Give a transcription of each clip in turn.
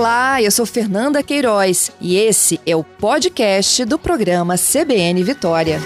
Olá, eu sou Fernanda Queiroz e esse é o podcast do programa CBN Vitória.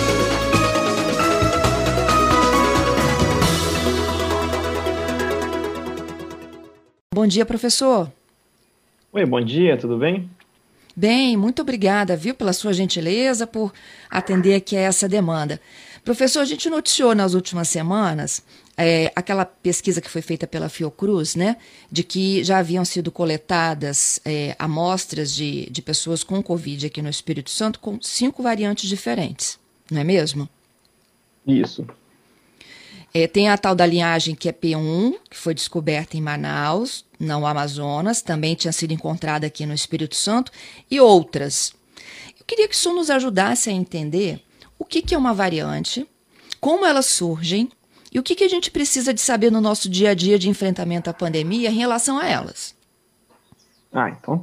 Bom dia, professor. Oi, bom dia, tudo bem? Bem, muito obrigada, viu, pela sua gentileza, por atender aqui a essa demanda. Professor, a gente noticiou nas últimas semanas aquela pesquisa que foi feita pela Fiocruz, né, de que já haviam sido coletadas amostras de pessoas com Covid aqui no Espírito Santo com 5 variantes diferentes, não é mesmo? Isso. Tem a tal da linhagem que é P1, que foi descoberta em Manaus, no Amazonas, também tinha sido encontrada aqui no Espírito Santo, e outras. Eu queria que o senhor nos ajudasse a entender o que é uma variante, como elas surgem e o que a gente precisa de saber no nosso dia a dia de enfrentamento à pandemia em relação a elas. Então,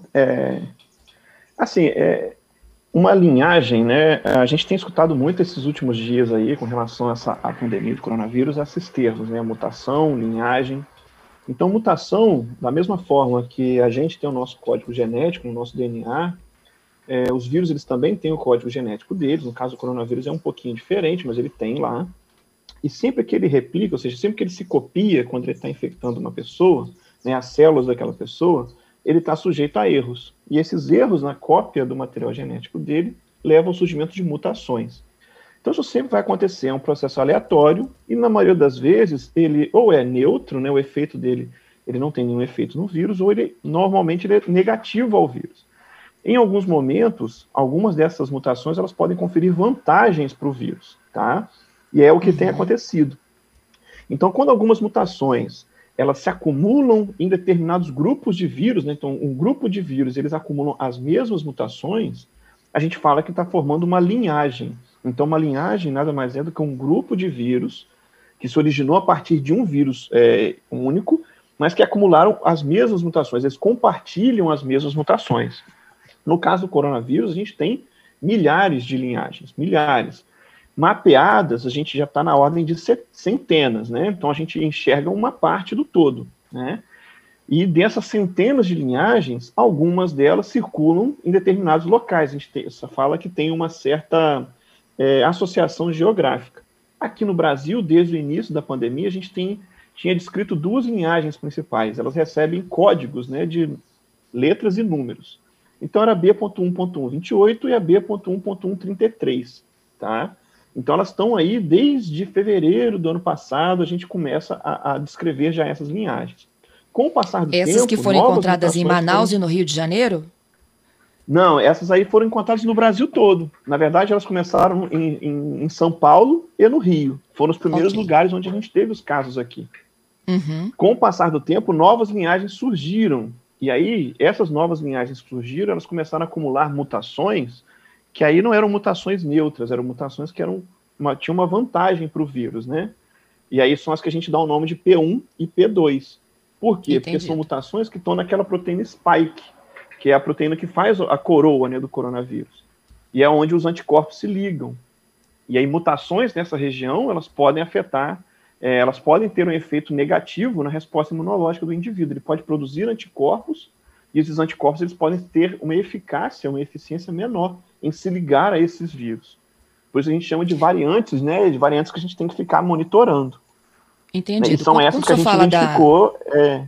uma linhagem, né? A gente tem escutado muito esses últimos dias aí com relação à pandemia do coronavírus, esses termos, né? Mutação, linhagem. Então, mutação, da mesma forma que a gente tem o nosso código genético, o nosso DNA, os vírus eles também têm o código genético deles. No caso do coronavírus é um pouquinho diferente, mas ele tem lá. E sempre que ele replica, ou seja, sempre que ele se copia quando ele está infectando uma pessoa, né, as células daquela pessoa, ele está sujeito a erros. E esses erros na cópia do material genético dele levam ao surgimento de mutações. Então isso sempre vai acontecer, é um processo aleatório, e na maioria das vezes ele ou é neutro, né, o efeito dele, ele não tem nenhum efeito no vírus, ou normalmente ele é negativo ao vírus. Em alguns momentos, algumas dessas mutações elas podem conferir vantagens para o vírus, tá? E é o que tem acontecido. Então, quando algumas mutações elas se acumulam em determinados grupos de vírus, né? Então, um grupo de vírus eles acumulam as mesmas mutações, a gente fala que está formando uma linhagem. Então, uma linhagem nada mais é do que um grupo de vírus que se originou a partir de um vírus único, mas que acumularam as mesmas mutações, eles compartilham as mesmas mutações. No caso do coronavírus, a gente tem milhares de linhagens, milhares. Mapeadas, a gente já está na ordem de centenas, né? Então, a gente enxerga uma parte do todo, né? E dessas centenas de linhagens, algumas delas circulam em determinados locais. A gente fala que tem uma certa associação geográfica. Aqui no Brasil, desde o início da pandemia, a gente tinha descrito 2 linhagens principais. Elas recebem códigos, né, de letras e números. Então, era B.1.128 e a B.1.133, tá? Então, elas estão aí desde fevereiro do ano passado, a gente começa a descrever já essas linhagens. Com o passar do tempo... Essas que foram encontradas em Manaus e no Rio de Janeiro? Não, essas aí foram encontradas no Brasil todo. Na verdade, elas começaram em São Paulo e no Rio. Foram os primeiros lugares onde a gente teve os casos aqui. Uhum. Com o passar do tempo, novas linhagens surgiram. E aí, essas novas linhagens que surgiram, elas começaram a acumular mutações que aí não eram mutações neutras, eram mutações que tinham uma vantagem para o vírus, né? E aí são as que a gente dá o nome de P1 e P2. Por quê? Entendido. Porque são mutações que estão naquela proteína spike, que é a proteína que faz a coroa, né, do coronavírus. E é onde os anticorpos se ligam. E aí mutações nessa região, elas podem afetar, elas podem ter um efeito negativo na resposta imunológica do indivíduo. Ele pode produzir anticorpos, e esses anticorpos eles podem ter uma eficácia, uma eficiência menor em se ligar a esses vírus. Por isso a gente chama de variantes, né? De variantes que a gente tem que ficar monitorando. Entendido. E são essas que a gente identificou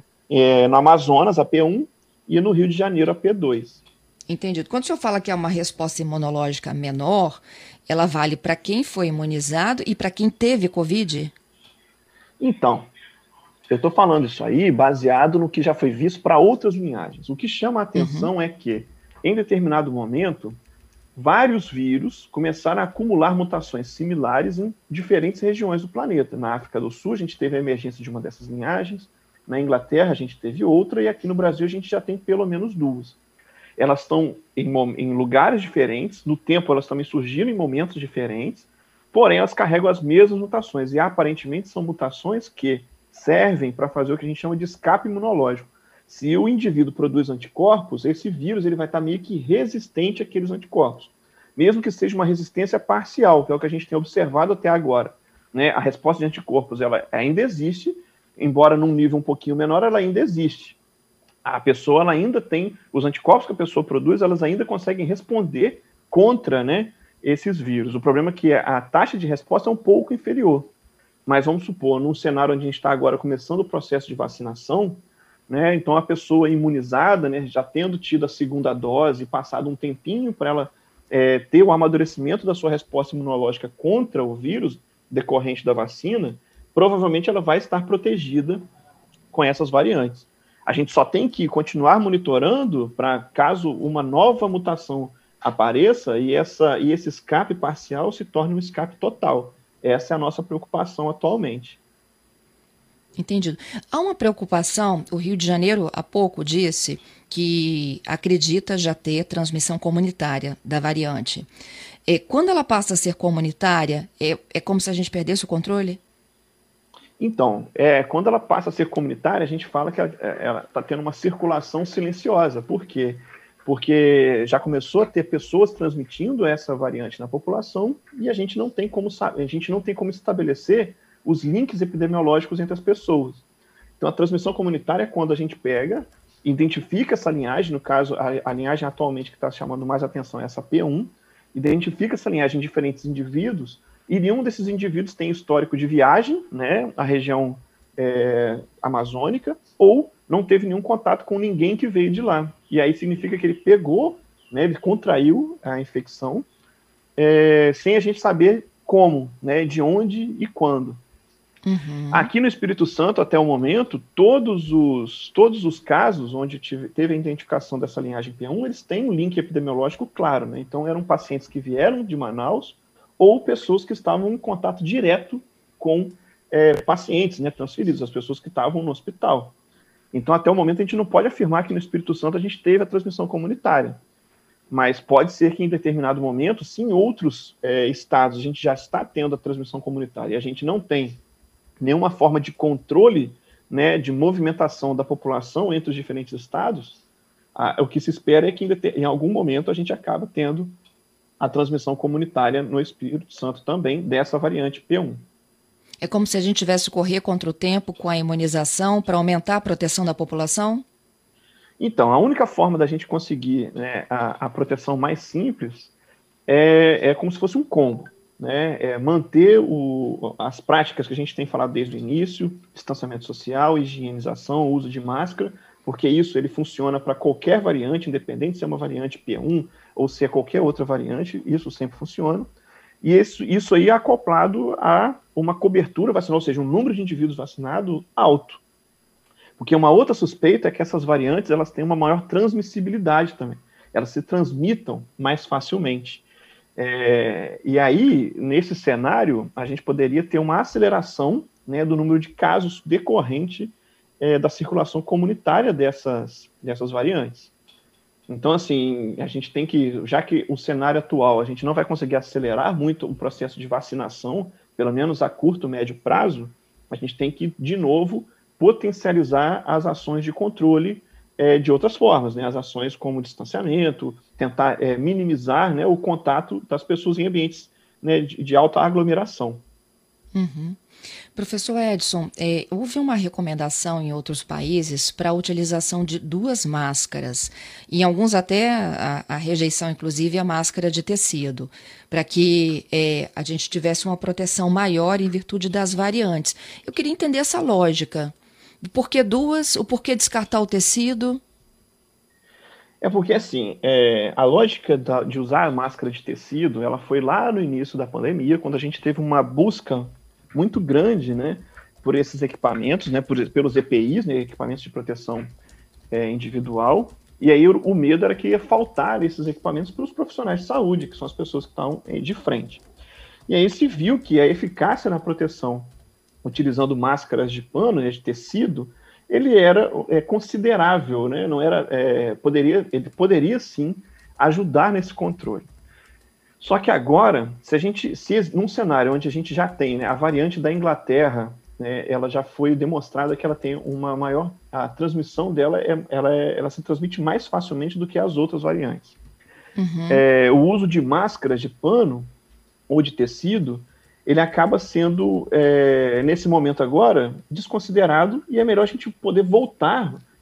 no Amazonas, a P1, e no Rio de Janeiro, a P2. Entendido. Quando o senhor fala que é uma resposta imunológica menor, ela vale para quem foi imunizado e para quem teve Covid? Então, eu estou falando isso aí baseado no que já foi visto para outras linhagens. O que chama a atenção é que, em determinado momento, vários vírus começaram a acumular mutações similares em diferentes regiões do planeta. Na África do Sul, a gente teve a emergência de uma dessas linhagens, na Inglaterra, a gente teve outra, e aqui no Brasil, a gente já tem pelo menos 2. Elas estão em lugares diferentes, no tempo elas também surgiram em momentos diferentes, porém elas carregam as mesmas mutações, e aparentemente são mutações que servem para fazer o que a gente chama de escape imunológico. Se o indivíduo produz anticorpos, esse vírus ele vai estar meio que resistente àqueles anticorpos, mesmo que seja uma resistência parcial, que é o que a gente tem observado até agora, né? A resposta de anticorpos ela ainda existe, embora num nível um pouquinho menor, ela ainda existe. a pessoa ela ainda tem, os anticorpos que a pessoa produz, elas ainda conseguem responder contra, né, esses vírus. O problema é que a taxa de resposta é um pouco inferior. Mas vamos supor, num cenário onde a gente está agora começando o processo de vacinação, né, então a pessoa imunizada, né, já tendo tido a segunda dose, passado um tempinho para ela ter o amadurecimento da sua resposta imunológica contra o vírus decorrente da vacina, provavelmente ela vai estar protegida com essas variantes. A gente só tem que continuar monitorando para caso uma nova mutação apareça e esse escape parcial se torne um escape total. Essa é a nossa preocupação atualmente. Entendido. Há uma preocupação, o Rio de Janeiro há pouco disse que acredita já ter transmissão comunitária da variante. Quando ela passa a ser comunitária, é como se a gente perdesse o controle? Então, quando ela passa a ser comunitária, a gente fala que ela está tendo uma circulação silenciosa. Por quê? Porque já começou a ter pessoas transmitindo essa variante na população e a gente não tem como estabelecer os links epidemiológicos entre as pessoas. Então, a transmissão comunitária é quando a gente pega, identifica essa linhagem, no caso, a linhagem atualmente que está chamando mais atenção é essa P1, identifica essa linhagem em diferentes indivíduos, e nenhum desses indivíduos tem histórico de viagem, né, à região amazônica, ou não teve nenhum contato com ninguém que veio de lá. E aí significa que ele pegou, né, ele contraiu a infecção, sem a gente saber como, né, de onde e quando. Uhum. Aqui no Espírito Santo, até o momento, todos os casos onde teve a identificação dessa linhagem P1, eles têm um link epidemiológico claro, né? Então, eram pacientes que vieram de Manaus ou pessoas que estavam em contato direto com pacientes, né, transferidos, as pessoas que estavam no hospital. Então, até o momento, a gente não pode afirmar que no Espírito Santo a gente teve a transmissão comunitária. Mas pode ser que em determinado momento, se em outros estados a gente já está tendo a transmissão comunitária e a gente não tem nenhuma forma de controle, né, de movimentação da população entre os diferentes estados, o que se espera é que em algum momento a gente acaba tendo a transmissão comunitária no Espírito Santo também dessa variante P1. É como se a gente tivesse que correr contra o tempo com a imunização para aumentar a proteção da população? Então, a única forma da gente conseguir, né, a proteção mais simples é como se fosse um combo. Né, manter as práticas que a gente tem falado desde o início, distanciamento social, higienização, uso de máscara, porque isso ele funciona para qualquer variante, independente se é uma variante P1 ou se é qualquer outra variante, isso sempre funciona. E isso aí é acoplado a uma cobertura vacinal, ou seja, um número de indivíduos vacinados alto. Porque uma outra suspeita é que essas variantes elas têm uma maior transmissibilidade também. Elas se transmitam mais facilmente. E aí, nesse cenário, a gente poderia ter uma aceleração, né, do número de casos decorrente da circulação comunitária dessas variantes. Então, assim, a gente tem que, já que o cenário atual, a gente não vai conseguir acelerar muito o processo de vacinação, pelo menos a curto, médio prazo, a gente tem que, de novo, potencializar as ações de controle de outras formas, né? As ações como distanciamento, tentar minimizar, né, o contato das pessoas em ambientes, né, de alta aglomeração. Uhum. Professor Edson, houve uma recomendação em outros países para a utilização de 2 máscaras, em alguns até a rejeição, inclusive, à máscara de tecido, para que a gente tivesse uma proteção maior em virtude das variantes. Eu queria entender essa lógica. Por que 2? O porquê descartar o tecido? Porque, assim, a lógica de usar a máscara de tecido, ela foi lá no início da pandemia, quando a gente teve uma busca muito grande, né, por esses equipamentos, né, pelos EPIs, né, equipamentos de proteção individual, e aí o medo era que ia faltar esses equipamentos para os profissionais de saúde, que são as pessoas que estão de frente. E aí se viu que a eficácia na proteção utilizando máscaras de pano, né, de tecido, ele era considerável, né? Não era, ele poderia sim ajudar nesse controle. Só que agora, se num cenário onde a gente já tem, né, a variante da Inglaterra, né, ela já foi demonstrada que ela tem uma maior, a transmissão dela, ela se transmite mais facilmente do que as outras variantes. Uhum. O uso de máscaras de pano ou de tecido, ele acaba sendo, nesse momento agora, desconsiderado, e é melhor a gente poder voltar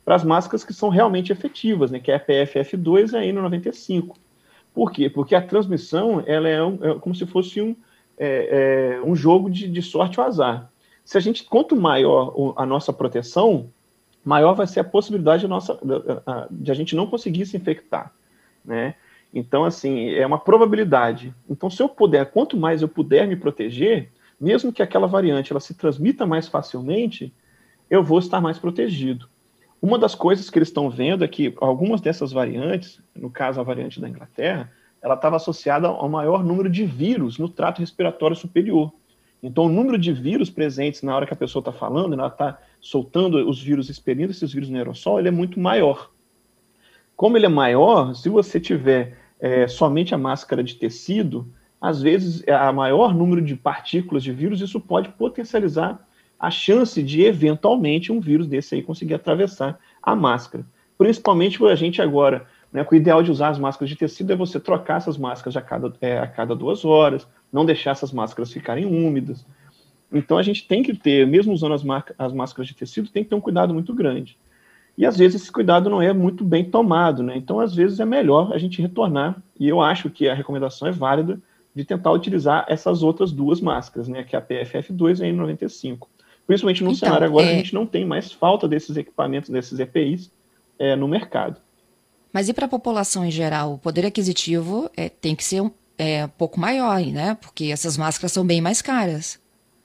para as máscaras que são realmente efetivas, né, que é a PFF2 e a N95. Por quê? Porque a transmissão ela é como se fosse um jogo de sorte ou azar. Quanto maior a nossa proteção, maior vai ser a possibilidade de a gente não conseguir se infectar, né? Então, assim, é uma probabilidade. Então, quanto mais eu puder me proteger, mesmo que aquela variante ela se transmita mais facilmente, eu vou estar mais protegido. Uma das coisas que eles estão vendo é que algumas dessas variantes, no caso a variante da Inglaterra, ela estava associada ao maior número de vírus no trato respiratório superior. Então, o número de vírus presentes na hora que a pessoa está falando, ela está soltando os vírus, expelindo esses vírus no aerossol, ele é muito maior. Como ele é maior, se você tiver somente a máscara de tecido, às vezes, a maior número de partículas de vírus, isso pode potencializar a chance de, eventualmente, um vírus desse aí conseguir atravessar a máscara. Principalmente a gente agora, né, o ideal de usar as máscaras de tecido é você trocar essas máscaras a cada 2 horas, não deixar essas máscaras ficarem úmidas. Então, a gente tem que ter, mesmo usando as máscaras de tecido, tem que ter um cuidado muito grande. E, às vezes, esse cuidado não é muito bem tomado, né? Então, às vezes, é melhor a gente retornar, e eu acho que a recomendação é válida, de tentar utilizar essas outras 2 máscaras, né, que é a PFF2 e a N95. Principalmente no cenário agora que a gente não tem mais falta desses equipamentos, desses EPIs no mercado. Mas e para a população em geral? O poder aquisitivo tem que ser um pouco maior, né? Porque essas máscaras são bem mais caras.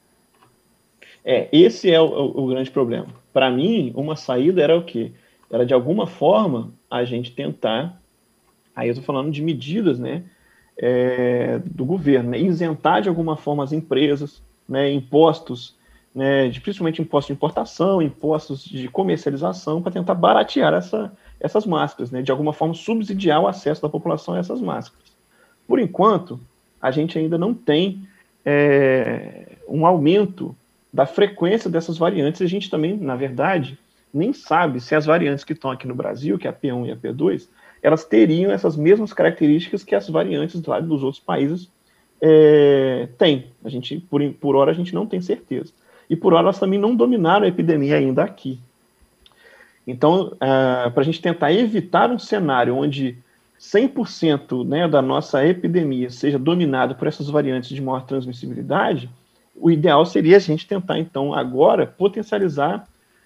Esse é o grande problema. Para mim, uma saída era o quê? Era, de alguma forma, a gente tentar, aí eu estou falando de medidas, né, do governo, né, isentar de alguma forma as empresas, né, impostos, né, principalmente impostos de importação, impostos de comercialização, para tentar baratear essas máscaras, né, de alguma forma subsidiar o acesso da população a essas máscaras. Por enquanto, a gente ainda não tem um aumento da frequência dessas variantes. A gente também, na verdade, nem sabe se as variantes que estão aqui no Brasil, que é a P1 e a P2, elas teriam essas mesmas características que as variantes lá dos outros países têm. A gente, por hora, a gente não tem certeza. E por hora elas também não dominaram a epidemia ainda aqui. Então, para a gente tentar evitar um cenário onde 100%, né, da nossa epidemia seja dominado por essas variantes de maior transmissibilidade, o ideal seria a gente tentar, então, agora, potencializar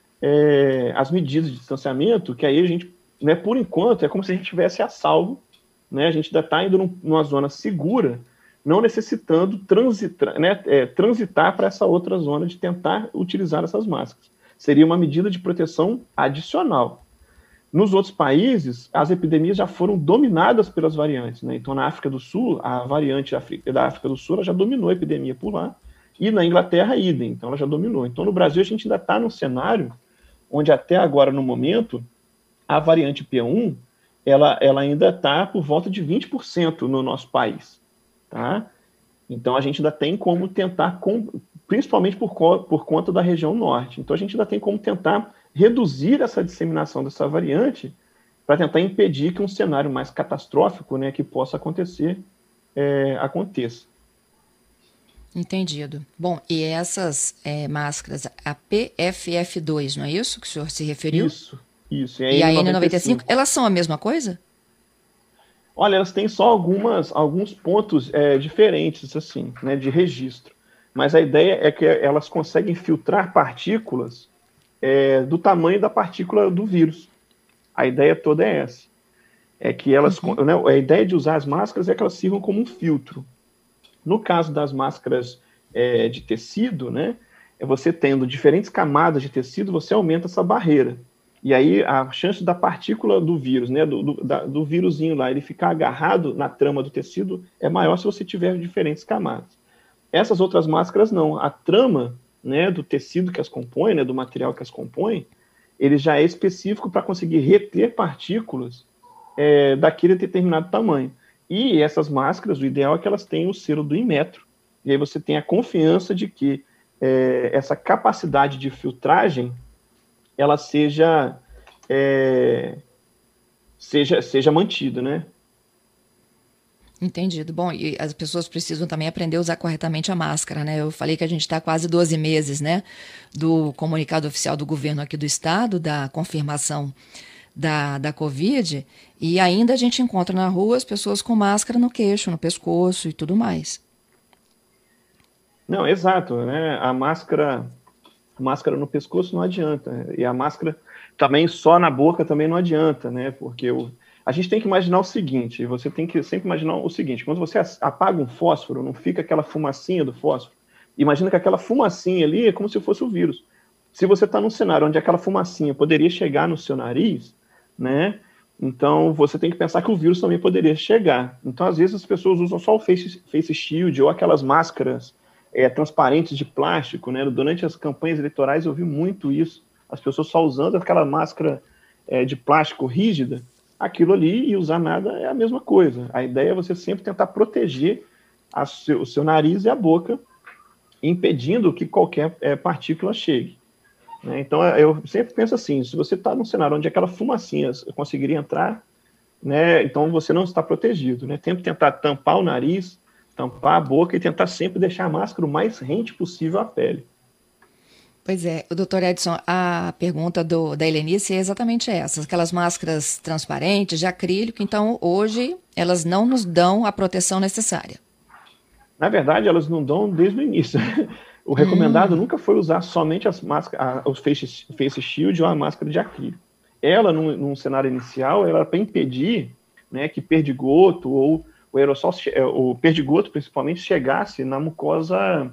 as medidas de distanciamento, que aí a gente, né, por enquanto, é como se a gente estivesse a salvo, né, a gente ainda está indo numa zona segura, não necessitando transitar para essa outra zona de tentar utilizar essas máscaras. Seria uma medida de proteção adicional. Nos outros países, as epidemias já foram dominadas pelas variantes, né? Então, na África do Sul, a variante da África do Sul ela já dominou a epidemia por lá, e na Inglaterra, idem, então ela já dominou. Então, no Brasil, a gente ainda está num cenário onde até agora, no momento, a variante P1, ela ainda está por volta de 20% no nosso país. Tá? Então, a gente ainda tem como tentar, principalmente por conta da região norte. Então, a gente ainda tem como tentar reduzir essa disseminação dessa variante para tentar impedir que um cenário mais catastrófico, né, que possa acontecer, aconteça. Entendido. Bom, e essas máscaras, a PFF2, não é isso que o senhor se referiu? Isso. E a N95, elas são a mesma coisa? Olha, elas têm só alguns pontos diferentes, assim, né, de registro. Mas a ideia é que elas conseguem filtrar partículas do tamanho da partícula do vírus. A ideia toda é essa. É que elas, né, a ideia de usar as máscaras é que elas sirvam como um filtro. No caso das máscaras de tecido, né, você tendo diferentes camadas de tecido, você aumenta essa barreira. E aí a chance da partícula do vírus, né, do vírusinho lá, ele ficar agarrado na trama do tecido é maior se você tiver diferentes camadas. Essas outras máscaras não. A trama, né, do tecido que as compõe, né, do material que as compõe, ele já é específico para conseguir reter partículas daquele determinado tamanho. E essas máscaras, o ideal é que elas tenham o selo do Inmetro. E aí você tem a confiança de que essa capacidade de filtragem ela seja mantida, né? Entendido. Bom, e as pessoas precisam também aprender a usar corretamente a máscara, né? Eu falei que a gente está quase 12 meses, né, do comunicado oficial do governo aqui do estado, da confirmação da Covid, e ainda a gente encontra na rua as pessoas com máscara no queixo, no pescoço e tudo mais. Não, exato, né? A máscara no pescoço não adianta. E a máscara também só na boca também não adianta, né? Porque a gente tem que imaginar o seguinte, você tem que sempre imaginar o seguinte, quando você apaga um fósforo, não fica aquela fumacinha do fósforo. Imagina que aquela fumacinha ali é como se fosse o vírus. Se você está num cenário onde aquela fumacinha poderia chegar no seu nariz, né? Então você tem que pensar que o vírus também poderia chegar. Então, às vezes, as pessoas usam só o face shield ou aquelas máscaras transparentes de plástico, né? Durante as campanhas eleitorais eu vi muito isso, as pessoas só usando aquela máscara de plástico rígida, aquilo ali, e usar nada é a mesma coisa. A ideia é você sempre tentar proteger o seu nariz e a boca, impedindo que qualquer partícula chegue, né? Então eu sempre penso assim, se você está num cenário onde aquela fumacinha conseguiria entrar, né, então você não está protegido, né? Sempre tentar tampar o nariz, tampar a boca e tentar sempre deixar a máscara o mais rente possível à pele. Pois é, o doutor Edson, a pergunta da Helenice é exatamente essa. Aquelas máscaras transparentes, de acrílico, então hoje elas não nos dão a proteção necessária. Na verdade, elas não dão desde o início. O recomendado nunca foi usar somente as máscaras, os face shield ou a máscara de acrílico. Ela, num cenário inicial, ela era para impedir, né, que perdigoto ou o aerossol, o perdigoto principalmente, chegasse na mucosa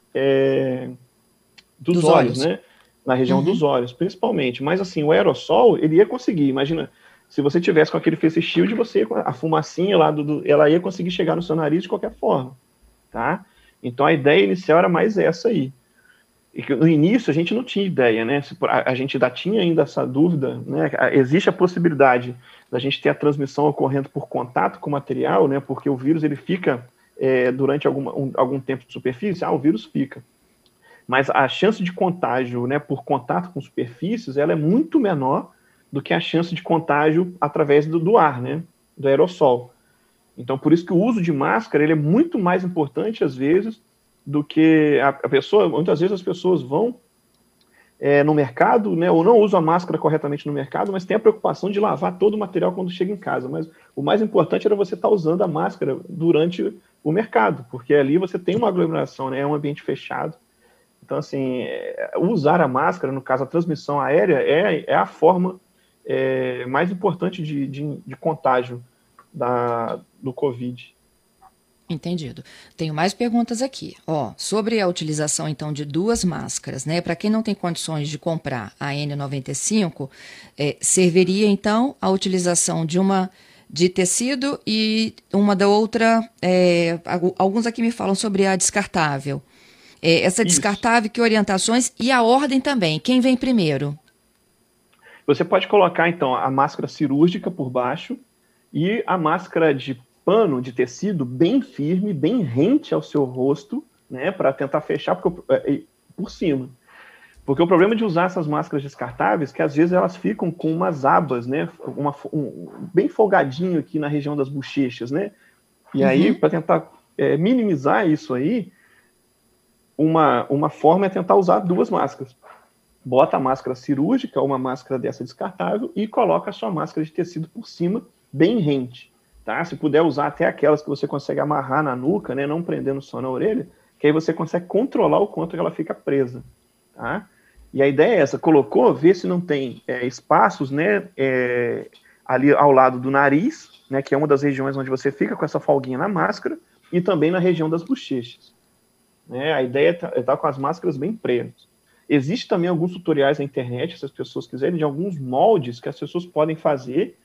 dos olhos, né? Na região dos olhos, principalmente. Mas, assim, o aerossol, ele ia conseguir. Imagina, se você tivesse com aquele face shield, a fumacinha lá, ela ia conseguir chegar no seu nariz de qualquer forma, tá? Então, a ideia inicial era mais essa aí. E que no início, a gente não tinha ideia, né? A gente ainda tinha essa dúvida, né? Existe a possibilidade da gente ter a transmissão ocorrendo por contato com o material, né? Porque o vírus, ele fica durante algum tempo de superfície, o vírus fica. Mas a chance de contágio, né, por contato com superfícies, ela é muito menor do que a chance de contágio através do ar, né, do aerossol. Então, por isso que o uso de máscara, ele é muito mais importante, às vezes, do que a pessoa. Muitas vezes as pessoas vão no mercado, né, ou não usam a máscara corretamente no mercado, mas tem a preocupação de lavar todo o material quando chega em casa. Mas o mais importante era você estar usando a máscara durante o mercado, porque ali você tem uma aglomeração, né, é um ambiente fechado. Então, assim, usar a máscara, no caso, a transmissão aérea, é a forma mais importante de contágio do Covid. Entendido. Tenho mais perguntas aqui. Sobre a utilização, então, de duas máscaras, né? Para quem não tem condições de comprar a N95, serviria, então, a utilização de uma de tecido e uma da outra. Alguns aqui me falam sobre a descartável. Essa descartável, que orientações e a ordem também? Quem vem primeiro? Você pode colocar, então, a máscara cirúrgica por baixo e a máscara de pano, de tecido, bem firme, bem rente ao seu rosto, né, para tentar fechar por cima. Porque o problema de usar essas máscaras descartáveis é que, às vezes, elas ficam com umas abas, né, bem folgadinho aqui na região das bochechas, né? E aí, para tentar minimizar isso aí, uma forma é tentar usar duas máscaras. Bota a máscara cirúrgica, uma máscara dessa descartável, e coloca a sua máscara de tecido por cima, bem rente, tá? Se puder usar até aquelas que você consegue amarrar na nuca, né, não prendendo só na orelha, que aí você consegue controlar o quanto ela fica presa, tá? E a ideia é essa, vê se não tem espaços, né, ali ao lado do nariz, né, que é uma das regiões onde você fica com essa folguinha na máscara, e também na região das bochechas. A ideia é estar com as máscaras bem presas. Existem também alguns tutoriais na internet, se as pessoas quiserem, de alguns moldes que as pessoas podem fazer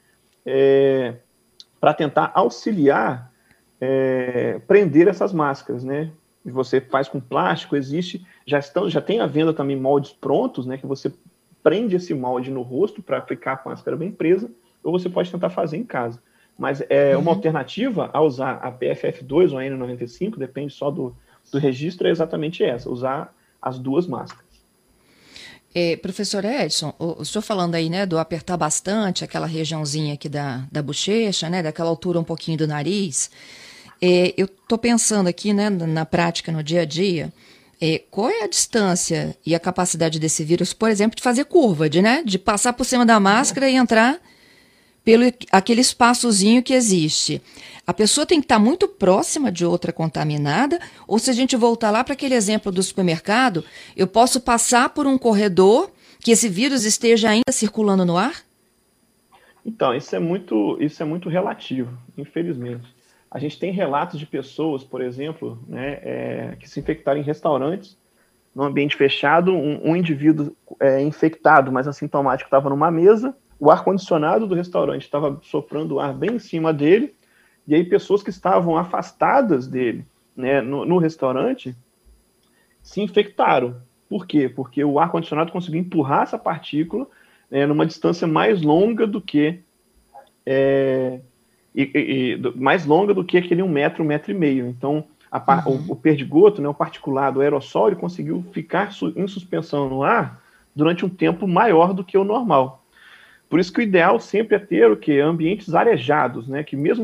para tentar auxiliar, prender essas máscaras, né? E você faz com plástico, já tem à venda também moldes prontos, né? Que você prende esse molde no rosto para ficar com a máscara bem presa, ou você pode tentar fazer em casa. Mas uma alternativa a usar a PFF2 ou a N95, depende só do registro, é exatamente essa, usar as duas máscaras. Professor Edson, o senhor falando aí, né, do apertar bastante aquela regiãozinha aqui da bochecha, né, daquela altura um pouquinho do nariz, Eu estou pensando aqui, né, na prática, no dia a dia, qual é a distância e a capacidade desse vírus, por exemplo, de fazer curva, de passar por cima da máscara e entrar pelo aquele espaçozinho que existe. A pessoa tem que estar muito próxima de outra contaminada, ou se a gente voltar lá para aquele exemplo do supermercado, eu posso passar por um corredor que esse vírus esteja ainda circulando no ar? Então, isso é muito relativo, infelizmente. A gente tem relatos de pessoas, por exemplo, né, que se infectaram em restaurantes, num ambiente fechado, um indivíduo infectado, mas assintomático, estava numa mesa, o ar-condicionado do restaurante estava soprando ar bem em cima dele, e aí pessoas que estavam afastadas dele, né, no restaurante, se infectaram. Por quê? Porque o ar-condicionado conseguiu empurrar essa partícula numa distância mais longa do que mais longa do que aquele 1 metro e meio. Então, o perdigoto, né, o particulado, o aerossol, ele conseguiu ficar em suspensão no ar durante um tempo maior do que o normal. Por isso que o ideal sempre é ter o quê? Ambientes arejados, né? Que mesmo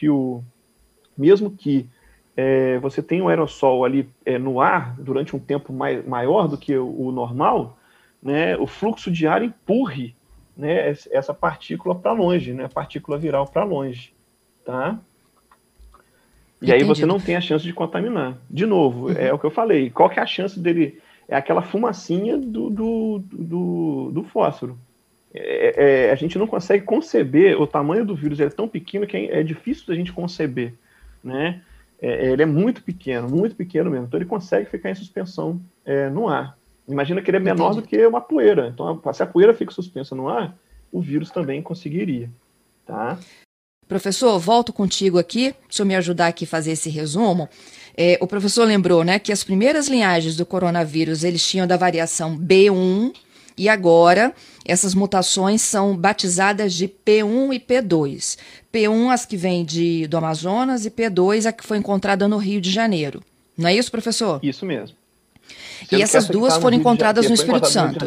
que você tenha um aerossol ali no ar durante um tempo maior do que o normal, né? O fluxo de ar empurre, né, essa partícula para longe, né? A partícula viral para longe, tá? E aí você não tem a chance de contaminar. De novo, é o que eu falei. Qual que é a chance dele? É aquela fumacinha do fósforo. A gente não consegue conceber, o tamanho do vírus é tão pequeno que é difícil da gente conceber, né? Ele é muito pequeno mesmo. Então ele consegue ficar em suspensão no ar. Imagina que ele é menor do que uma poeira. Então, se a poeira fica suspensa no ar, o vírus também conseguiria, tá? Professor, volto contigo aqui, deixa eu me ajudar aqui a fazer esse resumo. O professor lembrou, né, que as primeiras linhagens do coronavírus, eles tinham da variação B1, e agora essas mutações são batizadas de P1 e P2. P1 as que vêm do Amazonas e P2 a que foi encontrada no Rio de Janeiro. Não é isso, professor? Isso mesmo. E essas duas foram encontradas no Espírito Santo.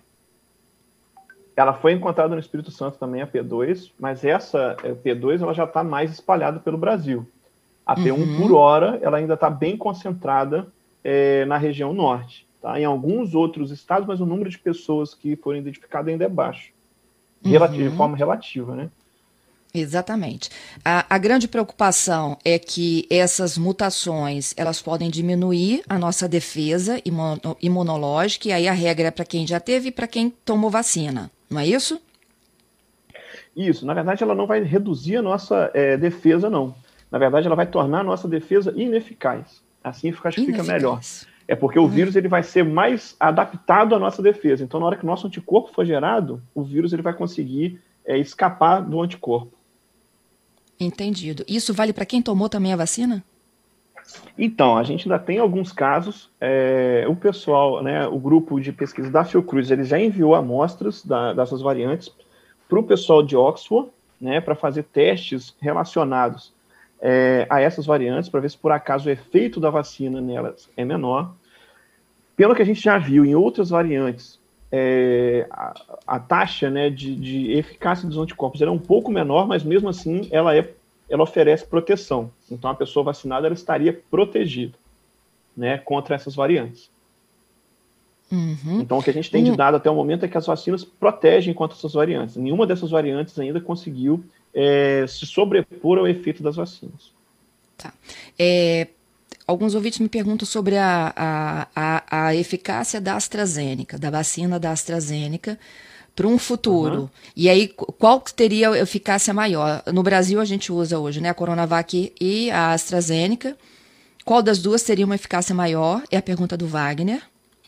Ela foi encontrada no Espírito Santo também, a P2, mas essa P2 ela já está mais espalhada pelo Brasil. A P1, por hora, ela ainda está bem concentrada na região norte. Tá? Em alguns outros estados, mas o número de pessoas que foram identificadas ainda é baixo. De forma relativa, né? Exatamente. A grande preocupação é que essas mutações, elas podem diminuir a nossa defesa imunológica, e aí a regra é para quem já teve e para quem tomou vacina, não é isso? Isso. Na verdade, ela não vai reduzir a nossa defesa, não. Na verdade, ela vai tornar a nossa defesa ineficaz. Assim, acho que fica melhor. É porque o vírus ele vai ser mais adaptado à nossa defesa. Então, na hora que o nosso anticorpo for gerado, o vírus ele vai conseguir escapar do anticorpo. Entendido. Isso vale para quem tomou também a vacina? Então, a gente ainda tem alguns casos. O pessoal, né, o grupo de pesquisa da Fiocruz, ele já enviou amostras dessas variantes para o pessoal de Oxford, né, para fazer testes relacionados a essas variantes, para ver se por acaso o efeito da vacina nelas é menor. Pelo que a gente já viu em outras variantes, a taxa, né, de eficácia dos anticorpos era um pouco menor, mas mesmo assim ela oferece proteção. Então a pessoa vacinada ela estaria protegida, né, contra essas variantes. Então o que a gente tem de dado até o momento é que as vacinas protegem contra essas variantes. Nenhuma dessas variantes ainda conseguiu se sobrepor ao efeito das vacinas. Tá. Alguns ouvintes me perguntam sobre a eficácia da AstraZeneca, da vacina da AstraZeneca, para um futuro. E aí, qual teria a eficácia maior? No Brasil, a gente usa hoje, né, a Coronavac e a AstraZeneca. Qual das duas teria uma eficácia maior? É a pergunta do Wagner.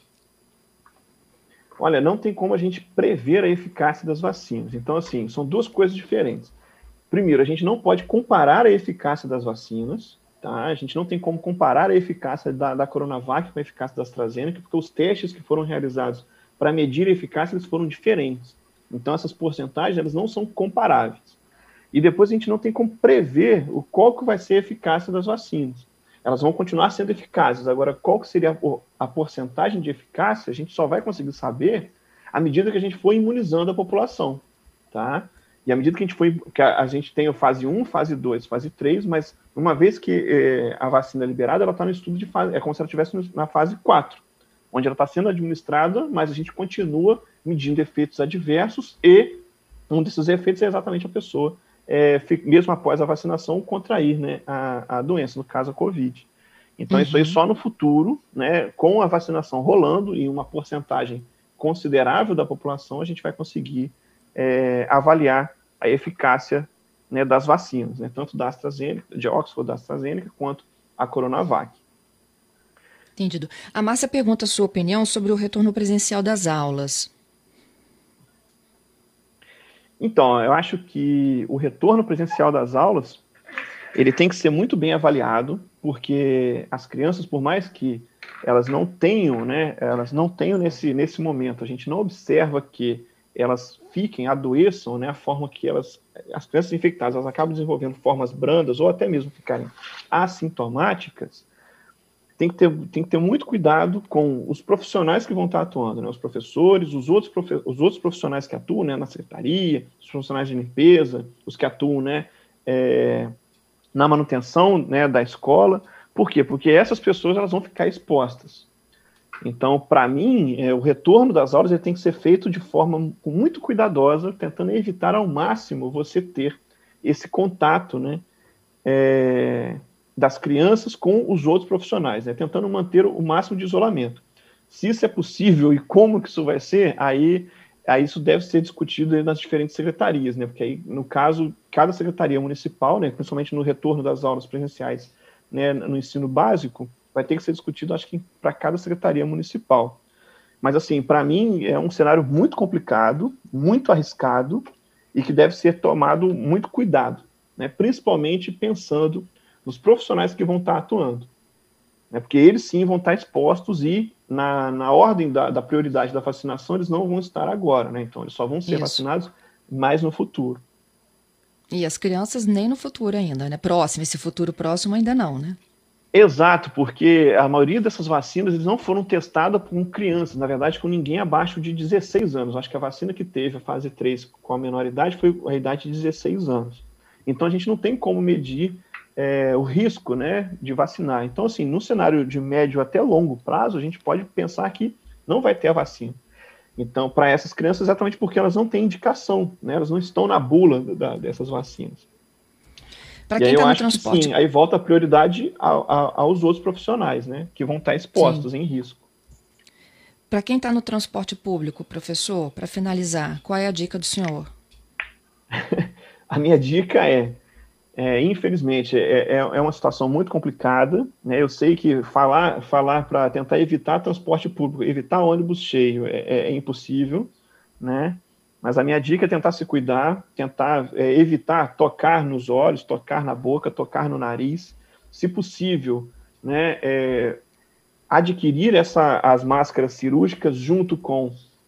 Olha, não tem como a gente prever a eficácia das vacinas. Então, assim, são duas coisas diferentes. Primeiro, a gente não pode comparar a eficácia das vacinas. Tá? A gente não tem como comparar a eficácia da Coronavac com a eficácia da AstraZeneca, porque os testes que foram realizados para medir a eficácia eles foram diferentes. Então, essas porcentagens elas não são comparáveis. E depois a gente não tem como prever qual que vai ser a eficácia das vacinas. Elas vão continuar sendo eficazes. Agora, qual que seria a porcentagem de eficácia, a gente só vai conseguir saber à medida que a gente for imunizando a população. Tá? E à medida que a gente tem a fase 1, fase 2, fase 3, mas uma vez que a vacina é liberada, ela está no estudo de fase, é como se ela estivesse na fase 4, onde ela está sendo administrada, mas a gente continua medindo efeitos adversos e um desses efeitos é exatamente a pessoa, mesmo após a vacinação, contrair, né, a doença, no caso a Covid. Então, isso aí só no futuro, né, com a vacinação rolando e uma porcentagem considerável da população, a gente vai conseguir avaliar a eficácia, né, das vacinas, né, tanto da AstraZeneca, de Oxford, da AstraZeneca, quanto a Coronavac. Entendido. A Márcia pergunta a sua opinião sobre o retorno presencial das aulas. Então, eu acho que o retorno presencial das aulas, ele tem que ser muito bem avaliado, porque as crianças, por mais que elas não tenham, né, nesse momento, a gente não observa que elas adoeçam, né, a forma que as crianças infectadas, elas acabam desenvolvendo formas brandas ou até mesmo ficarem assintomáticas. Tem que ter muito cuidado com os profissionais que vão estar atuando, né? Os professores, os outros profissionais que atuam, né, na secretaria, os profissionais de limpeza, os que atuam, né, na manutenção, né, da escola. Por quê? Porque essas pessoas elas vão ficar expostas. Então, para mim, o retorno das aulas ele tem que ser feito de forma muito cuidadosa, tentando evitar ao máximo você ter esse contato, né, das crianças com os outros profissionais, né, tentando manter o máximo de isolamento. Se isso é possível e como que isso vai ser, aí isso deve ser discutido nas diferentes secretarias, né, porque aí, no caso, cada secretaria municipal, né, principalmente no retorno das aulas presenciais, né, no ensino básico, vai ter que ser discutido, acho que para cada secretaria municipal. Mas, assim, para mim, é um cenário muito complicado, muito arriscado, e que deve ser tomado muito cuidado, né, principalmente pensando nos profissionais que vão estar atuando, né, porque eles sim vão estar expostos e na ordem da prioridade da vacinação eles não vão estar agora, né, então eles só vão ser vacinados mais no futuro. E as crianças nem no futuro ainda, né, esse futuro próximo ainda não, né? Exato, porque a maioria dessas vacinas eles não foram testadas com crianças, na verdade com ninguém abaixo de 16 anos, acho que a vacina que teve a fase 3 com a menor idade foi a idade de 16 anos, então a gente não tem como medir o risco, né, de vacinar. Então, assim, no cenário de médio até longo prazo, a gente pode pensar que não vai ter a vacina. Então, para essas crianças, exatamente porque elas não têm indicação, né, elas não estão na bula dessas vacinas. Para quem está no transporte... Que, sim, aí volta a prioridade aos outros profissionais, né, que vão estar expostos em risco. Para quem está no transporte público, professor, para finalizar, qual é a dica do senhor? A minha dica infelizmente, é uma situação muito complicada, né? Eu sei que falar para tentar evitar transporte público, evitar ônibus cheio é impossível, né? Mas a minha dica é tentar se cuidar, tentar evitar tocar nos olhos, tocar na boca, tocar no nariz, se possível, né? Adquirir as máscaras cirúrgicas junto com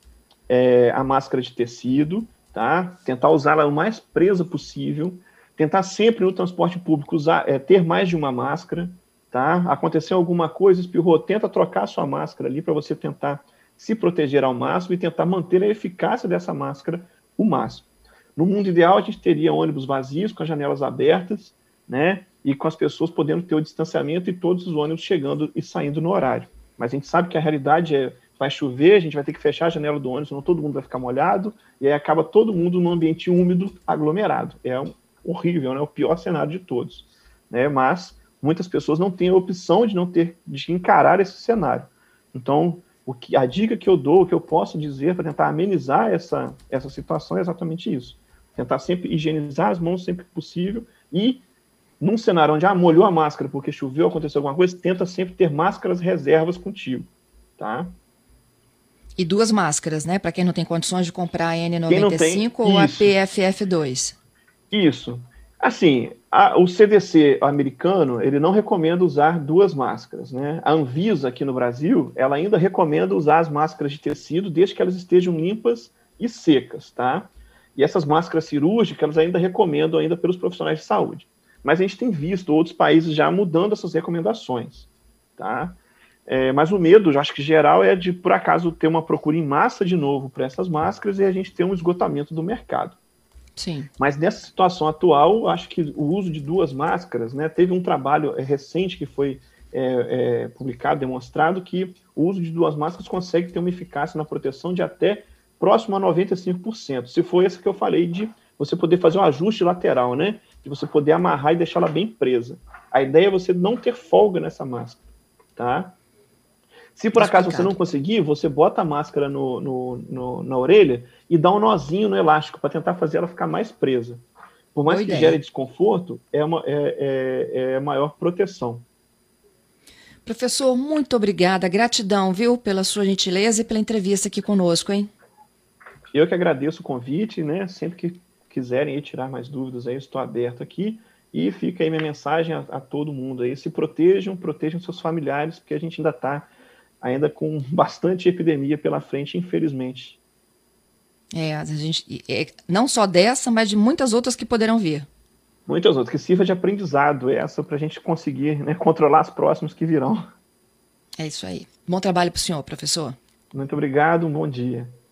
a máscara de tecido, tá? Tentar usá-la o mais presa possível, tentar sempre no transporte público ter mais de uma máscara, tá? Aconteceu alguma coisa, espirrou, tenta trocar a sua máscara ali para você tentar se proteger ao máximo e tentar manter a eficácia dessa máscara o máximo. No mundo ideal, a gente teria ônibus vazios, com as janelas abertas, né? E com as pessoas podendo ter o distanciamento e todos os ônibus chegando e saindo no horário. Mas a gente sabe que a realidade vai chover, a gente vai ter que fechar a janela do ônibus, senão todo mundo vai ficar molhado, e aí acaba todo mundo num ambiente úmido, aglomerado. Horrível, né? O pior cenário de todos, né? Mas muitas pessoas não têm a opção de encarar esse cenário. Então, a dica que eu dou, o que eu posso dizer para tentar amenizar essa situação é exatamente isso. Tentar sempre higienizar as mãos sempre que possível e, num cenário onde molhou a máscara porque choveu, aconteceu alguma coisa, tenta sempre ter máscaras reservas contigo, tá? E 2 máscaras, né? Para quem não tem condições de comprar a N95 ou a PFF2. Isso. Assim, o CDC americano, ele não recomenda usar 2 máscaras, né? A Anvisa, aqui no Brasil, ela ainda recomenda usar as máscaras de tecido desde que elas estejam limpas e secas, tá? E essas máscaras cirúrgicas, elas ainda recomendam ainda pelos profissionais de saúde. Mas a gente tem visto outros países já mudando essas recomendações, tá? Mas o medo, eu acho que geral, é de, por acaso, ter uma procura em massa de novo para essas máscaras e a gente ter um esgotamento do mercado. Sim. Mas nessa situação atual, acho que o uso de 2 máscaras, né, teve um trabalho recente que foi publicado, demonstrado que o uso de 2 máscaras consegue ter uma eficácia na proteção de até próximo a 95%. Se for essa que eu falei de você poder fazer um ajuste lateral, né, de você poder amarrar e deixá-la bem presa. A ideia é você não ter folga nessa máscara, tá? Se por acaso você não conseguir, você bota a máscara na orelha e dá um nozinho no elástico para tentar fazer ela ficar mais presa. Por mais que gere desconforto, é maior proteção. Professor, muito obrigada. Gratidão, viu, pela sua gentileza e pela entrevista aqui conosco, hein? Eu que agradeço o convite, né? Sempre que quiserem tirar mais dúvidas aí, eu estou aberto aqui. E fica aí minha mensagem a todo mundo aí. Se protejam seus familiares, porque a gente ainda está com bastante epidemia pela frente, infelizmente. A gente, não só dessa, mas de muitas outras que poderão vir. Muitas outras, que sirva de aprendizado essa para a gente conseguir, né, controlar as próximas que virão. É isso aí. Bom trabalho para o senhor, professor. Muito obrigado, um bom dia.